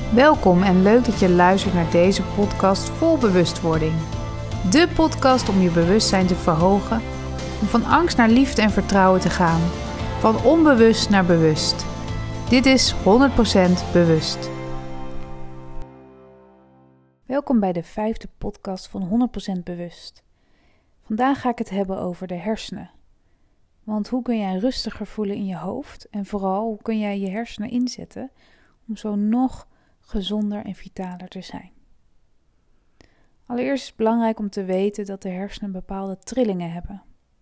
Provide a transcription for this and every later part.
Welkom en leuk dat je luistert naar deze podcast vol bewustwording. De podcast om je bewustzijn te verhogen, om van angst naar liefde en vertrouwen te gaan, van onbewust naar bewust. Dit is 100% bewust. Welkom bij de 5e podcast van 100% bewust. Vandaag ga ik het hebben over de hersenen. Want hoe kun jij rustiger voelen in je hoofd en vooral hoe kun jij je hersenen inzetten om zo nog gezonder en vitaler te zijn. Allereerst is het belangrijk om te weten dat de hersenen bepaalde trillingen hebben.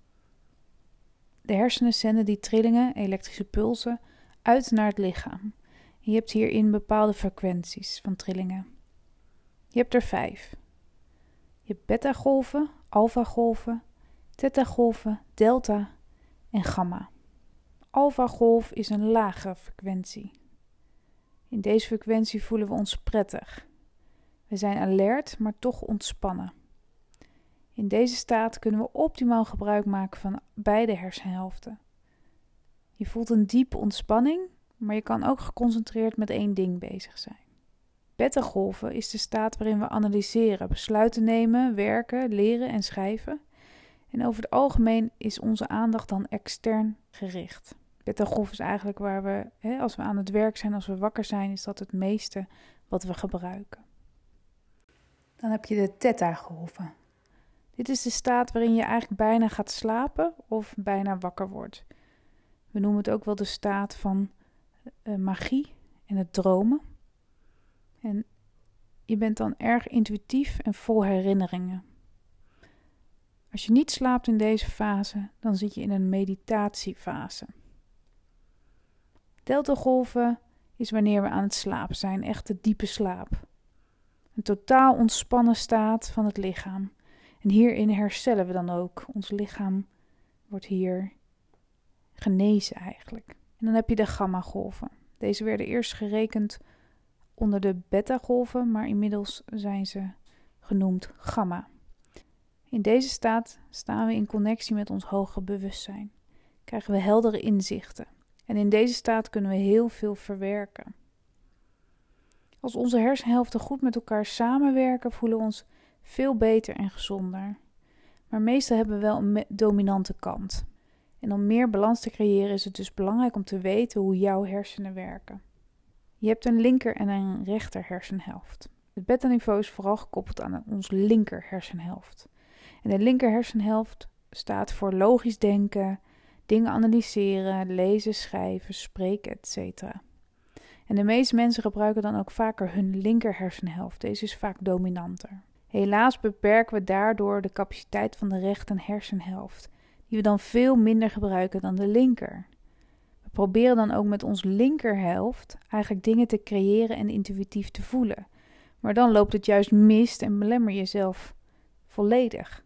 De hersenen zenden die trillingen, elektrische pulsen, uit naar het lichaam. Je hebt hierin bepaalde frequenties van trillingen. Je hebt er 5. Je hebt beta-golven, alfa-golven, theta-golven, delta en gamma. Alfa-golf is een lage frequentie. In deze frequentie voelen we ons prettig. We zijn alert, maar toch ontspannen. In deze staat kunnen we optimaal gebruik maken van beide hersenhelften. Je voelt een diepe ontspanning, maar je kan ook geconcentreerd met één ding bezig zijn. Beta-golven is de staat waarin we analyseren, besluiten nemen, werken, leren en schrijven. En over het algemeen is onze aandacht dan extern gericht. Beta-golf is eigenlijk waar we, als we aan het werk zijn, als we wakker zijn, is dat het meeste wat we gebruiken. Dan heb je de theta-golven. Dit is de staat waarin je eigenlijk bijna gaat slapen of bijna wakker wordt. We noemen het ook wel de staat van magie en het dromen. En je bent dan erg intuïtief en vol herinneringen. Als je niet slaapt in deze fase, dan zit je in een meditatiefase. Deltagolven is wanneer we aan het slapen zijn, echt de diepe slaap. Een totaal ontspannen staat van het lichaam. En hierin herstellen we dan ook. Ons lichaam wordt hier genezen eigenlijk. En dan heb je de gamma-golven. Deze werden eerst gerekend onder de beta-golven, maar inmiddels zijn ze genoemd gamma. In deze staat staan we in connectie met ons hogere bewustzijn. Krijgen we heldere inzichten. En in deze staat kunnen we heel veel verwerken. Als onze hersenhelften goed met elkaar samenwerken, voelen we ons veel beter en gezonder. Maar meestal hebben we wel een dominante kant. En om meer balans te creëren is het dus belangrijk om te weten hoe jouw hersenen werken. Je hebt een linker en een rechter hersenhelft. Het beta-niveau is vooral gekoppeld aan onze linker hersenhelft. En de linker hersenhelft staat voor logisch denken, dingen analyseren, lezen, schrijven, spreken, etc. En de meeste mensen gebruiken dan ook vaker hun linker hersenhelft. Deze is vaak dominanter. Helaas beperken we daardoor de capaciteit van de rechter hersenhelft, die we dan veel minder gebruiken dan de linker. We proberen dan ook met onze linkerhelft eigenlijk dingen te creëren en intuïtief te voelen. Maar dan loopt het juist mis en belemmer jezelf volledig.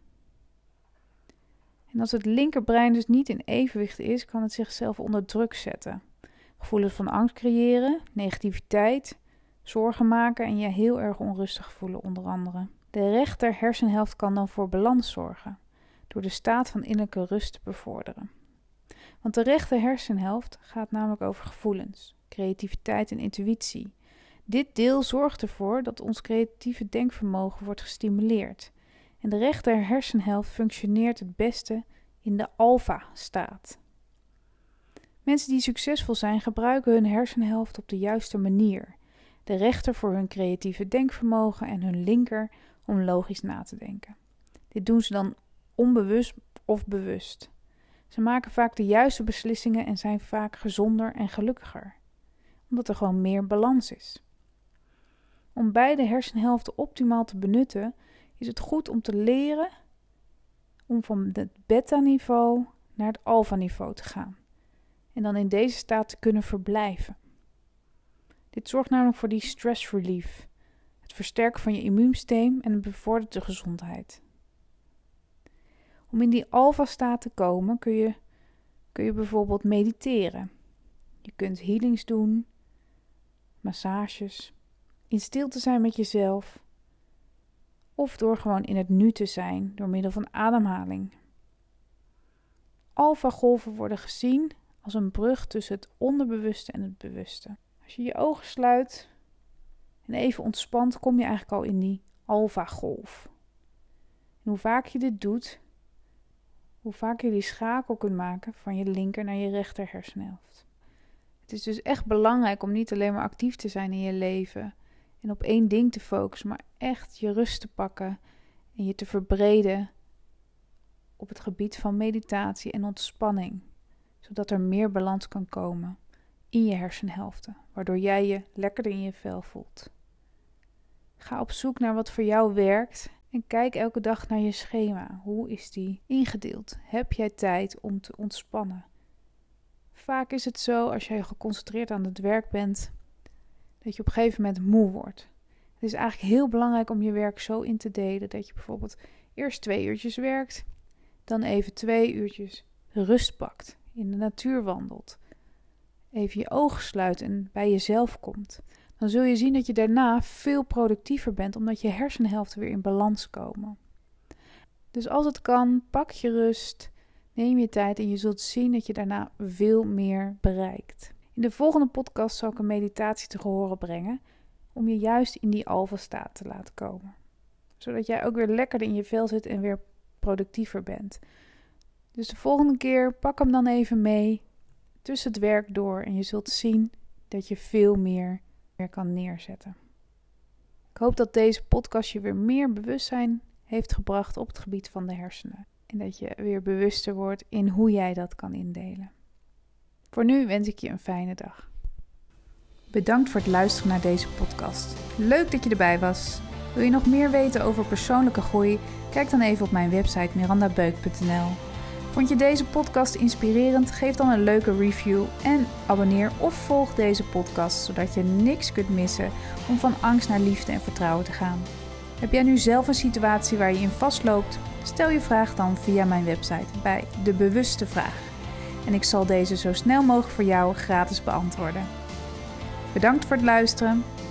En als het linkerbrein dus niet in evenwicht is, kan het zichzelf onder druk zetten. Gevoelens van angst creëren, negativiteit, zorgen maken en je heel erg onrustig voelen onder andere. De rechter hersenhelft kan dan voor balans zorgen, door de staat van innerlijke rust te bevorderen. Want de rechter hersenhelft gaat namelijk over gevoelens, creativiteit en intuïtie. Dit deel zorgt ervoor dat ons creatieve denkvermogen wordt gestimuleerd. En de rechter hersenhelft functioneert het beste in de alfa-staat. Mensen die succesvol zijn gebruiken hun hersenhelft op de juiste manier. De rechter voor hun creatieve denkvermogen en hun linker om logisch na te denken. Dit doen ze dan onbewust of bewust. Ze maken vaak de juiste beslissingen en zijn vaak gezonder en gelukkiger. Omdat er gewoon meer balans is. Om beide hersenhelften optimaal te benutten is het goed om te leren om van het beta-niveau naar het alfa-niveau te gaan. En dan in deze staat te kunnen verblijven. Dit zorgt namelijk voor die stress relief, het versterken van je immuunsysteem en het bevordert de gezondheid. Om in die alfa-staat te komen kun je bijvoorbeeld mediteren. Je kunt healings doen, massages, in stilte zijn met jezelf of door gewoon in het nu te zijn door middel van ademhaling. Alfa-golven worden gezien als een brug tussen het onderbewuste en het bewuste. Als je je ogen sluit En even ontspant kom je eigenlijk al in die alfa-golf. En hoe vaak je dit doet, hoe vaak je die schakel kunt maken van je linker naar je rechter hersenhelft. Het is dus echt belangrijk om niet alleen maar actief te zijn in je leven en op één ding te focussen, maar echt je rust te pakken en je te verbreden op het gebied van meditatie en ontspanning, zodat er meer balans kan komen in je hersenhelften, waardoor jij je lekkerder in je vel voelt. Ga op zoek naar wat voor jou werkt en kijk elke dag naar je schema. Hoe is die ingedeeld? Heb jij tijd om te ontspannen? Vaak is het zo, als jij geconcentreerd aan het werk bent, dat je op een gegeven moment moe wordt. Het is eigenlijk heel belangrijk om je werk zo in te delen dat je bijvoorbeeld eerst 2 uurtjes werkt, dan even 2 uurtjes rust pakt, in de natuur wandelt, even je ogen sluit en bij jezelf komt. Dan zul je zien dat je daarna veel productiever bent, omdat je hersenhelften weer in balans komen. Dus als het kan, pak je rust, neem je tijd en je zult zien dat je daarna veel meer bereikt. In de volgende podcast zal ik een meditatie te horen brengen, om je juist in die alfa-staat te laten komen. Zodat jij ook weer lekkerder in je vel zit en weer productiever bent. Dus de volgende keer pak hem dan even mee tussen het werk door en je zult zien dat je veel meer kan neerzetten. Ik hoop dat deze podcast je weer meer bewustzijn heeft gebracht op het gebied van de hersenen. En dat je weer bewuster wordt in hoe jij dat kan indelen. Voor nu wens ik je een fijne dag. Bedankt voor het luisteren naar deze podcast. Leuk dat je erbij was. Wil je nog meer weten over persoonlijke groei? Kijk dan even op mijn website mirandabeuk.nl. Vond je deze podcast inspirerend? Geef dan een leuke review en abonneer of volg deze podcast, zodat je niks kunt missen om van angst naar liefde en vertrouwen te gaan. Heb jij nu zelf een situatie waar je in vastloopt? Stel je vraag dan via mijn website bij De Bewuste Vraag. En ik zal deze zo snel mogelijk voor jou gratis beantwoorden. Bedankt voor het luisteren.